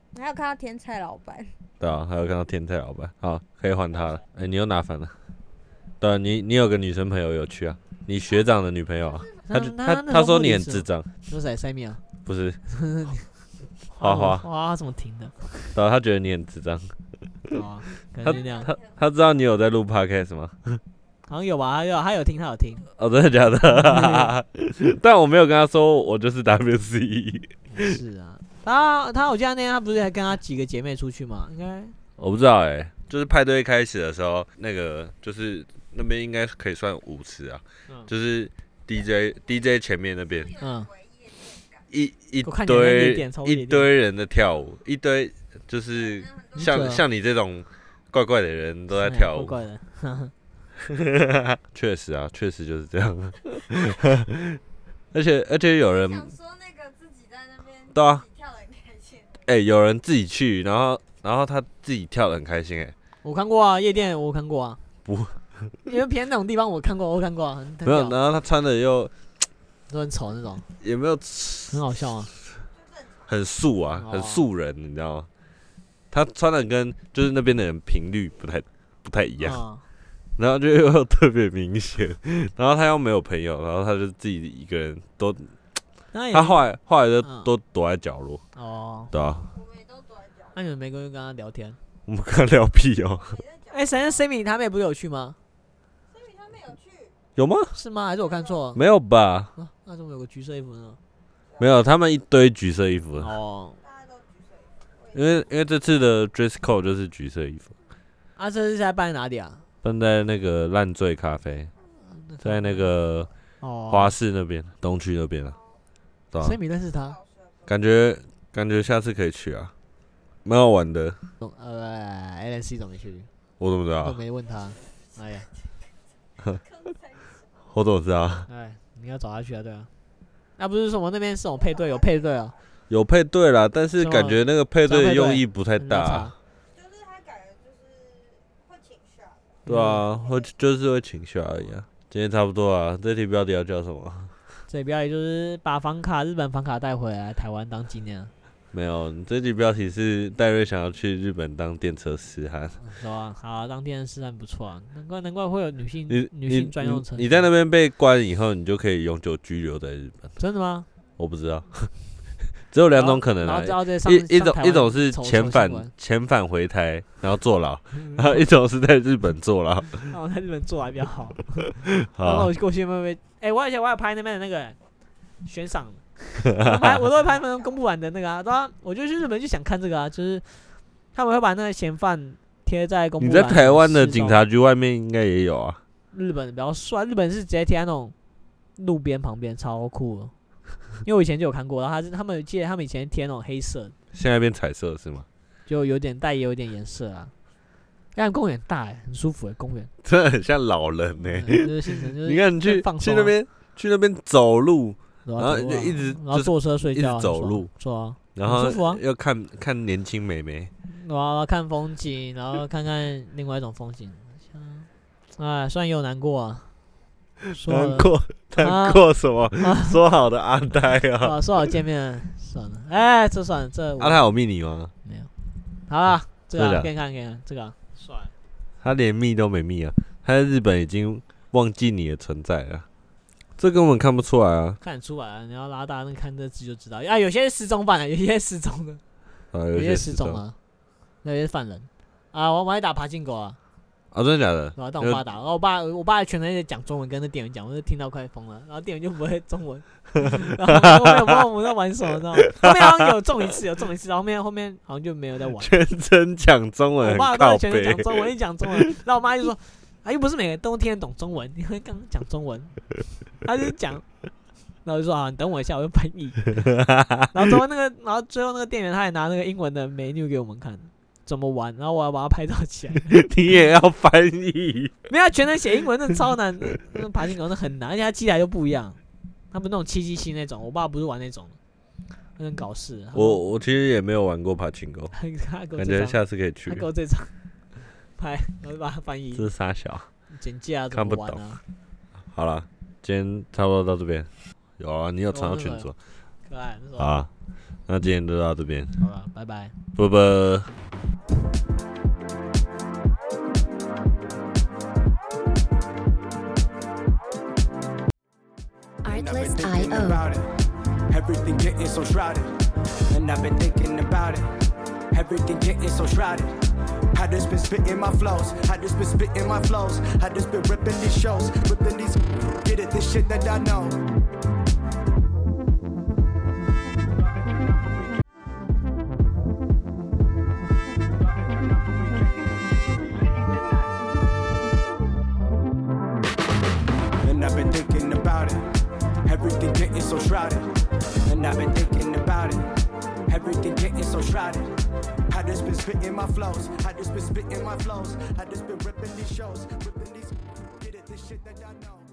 还有看到天菜老板， 对啊，还有看到天菜老板，好，可以换他了。哎、欸，你又拿反了。对啊，你你有个女生朋友有趣啊，你学长的女朋友啊，他就他他说你很智障。 说谁？塞米啊？ 不是，花花。 花花怎么停的？ 对啊，他觉得你很智障。 哦，可能是这样。 他他知道你有在录 podcast 吗？ 好像有吧，他有他有听，他有听。 哦，真的假的？但我没有跟他说我就是 W C。 是啊，他他我记得那天他不是还跟他几个姐妹出去吗？应该我不知道哎、欸，就是派对开始的时候，那个就是那边应该可以算舞池啊，嗯、就是 D J D J 前面那边，嗯，一一堆一堆人的跳舞，一堆就是像像你这种怪怪的人都在跳舞， 怪怪的。 确实啊，确实就是这样。而且而且有人想说那个自己在那边， 对啊， 跳得很开心。 哎、欸，有人自己去，然后然后他自己跳得很开心、欸，哎， 我看过啊，夜店我看过啊， 不， 因为偏那种地方我看过，我看过、啊，很没有，然后他穿的又都很丑那种， 也没有很好笑啊， 很素啊，很素人，你知道吗？他穿的跟就是那边的人频率不太不太一样。哦，然后就又特别明显，然后他又没有朋友，然后他就自己一个人都，他后来后来就都躲在角落。哦，对啊。 我们也都躲在角落。 那你们没跟跟他聊天？ 我们跟他聊屁哦。 哎，谁？Sammy 他妹不是有去吗 ？Sammy 他妹有去。 有吗？ 是吗？还是我看错了？ 没有吧？ 啊，那怎么有个橘色衣服呢？ 没有，他们一堆橘色衣服。 哦。 大家都橘色衣服。 因为因为这次的 dress code 就是橘色衣服。 啊，这是在办哪里啊？ 办在那个烂醉咖啡，在那个花市那边，东区那边啊，对吧？ 谁没认识他？ 感觉感觉下次可以去啊，蛮好玩的。 呃 ，L N C 怎么没去？ 我怎么知道？ 我没问他。哎呀， 我怎么知道？ 哎，你要找他去啊，对啊。那不是说我们那边是我配对有配对啊？ 有配对啦，但是感觉那个配对的用意不太大、啊。对啊，会就是会请下而已啊。今天差不多啊，这题标题要叫什么？ 这题标题就是把房卡日本房卡带回来台湾当纪念、啊。 没有，这题标题是戴瑞想要去日本当电车师汉。 是吧？好、啊，当电车师汉不错啊，难怪难怪会有女性女性专用车。 你在那边被关以后，你就可以永久居留在日本。 真的吗？ 我不知道。只有两种可能啊，一一种一种是遣返遣返回台，然后坐牢，然后一种是在日本坐牢。 那我在日本坐还比较好。然后我过去会不会？哎，我以前我还拍那边的那个悬赏，我拍我都会拍那公布完的那个啊。对啊，我就去日本就想看这个啊，就是他们会把那个嫌犯贴在公布。 你在台湾的警察局外面应该也有啊。 日本比较帅，日本是直接贴在那种路边旁边，超酷的。因为我以前就有看过，然后他是他们记得他们以前贴那种黑色， 现在变彩色是吗？ 就有点带也有点颜色啊。但公园大哎，很舒服哎，公园真的很像老人哎、欸。 就是行程就是、 你看你去、啊、去那边去那边走路，然后就一直然后坐车睡觉， 一直走路， 坐啊， 然后舒服啊， 要看看年轻美眉， 然后看风景，然后看看另外一种风景。哎，虽然也有难过啊。 难过难过什么？啊、说好的阿呆啊！ 啊说好见面，算了，哎、欸，这算了，这阿呆有密你吗？ 没有。好了，这个可以看，可以看这个、啊，算了。 他连密都没密啊！他在日本已经忘记你的存在了，这根本看不出来啊！ 看得出来啊！你要拉大那看这字就知道啊，有些是失踪犯啊，有些失踪的， 啊，有些失踪啊，有些是犯人啊，我我还打爬进狗啊。 啊、哦，真的假的？ 然后但我爸打，然后我爸我爸全程在讲中文跟那店员讲，我就听到快疯了。然后店员就不会中文，然后后面我不知道我们在玩什么，知道吗？后面好像有中一次，有中一次，然后后面后面好像就没有在玩。 全程讲中文， 我爸都在全程讲中文，一讲中文，然后我妈就说：“啊，又不是每个人都听得懂中文，你会刚讲中文。”他就讲，然后我就说：“啊，你等我一下，我就翻译。”然后最后那个，然后最后那个店员他还拿那个英文的 menu 给我们看。怎么玩？然后我要把它拍照起来。 你也要翻译？ 没有，全程写英文，那超难。那爬进狗那很难，而且它机台又不一样。它不是那种七七七那种，我爸不是玩那种，那很搞事。 我我其实也没有玩过爬进狗，感觉下次可以去。 他给我这张拍，然后把它翻译。 这是啥小？ 简介啊， 看不懂。好了，今天差不多到这边。有啊，你有传到群组。 可爱，那啊， 那今天就到这边， 好了，拜拜。 拜拜。 Artlist dot I O. Everything getting so shrouded, and I've been thinking about it. Everything getting so shrouded. I just been spitting my flows. I just been spitting my flows. I just been ripping these shows, ripping these. Get it, this shit that I know. And I've been thinking about it. Everything getting so shrouded, and I've been thinking about it. Everything getting so shrouded. I just been spitting my flows. I just been spitting my flows. I just been ripping these shows, ripping these. Get it, this shit that I know.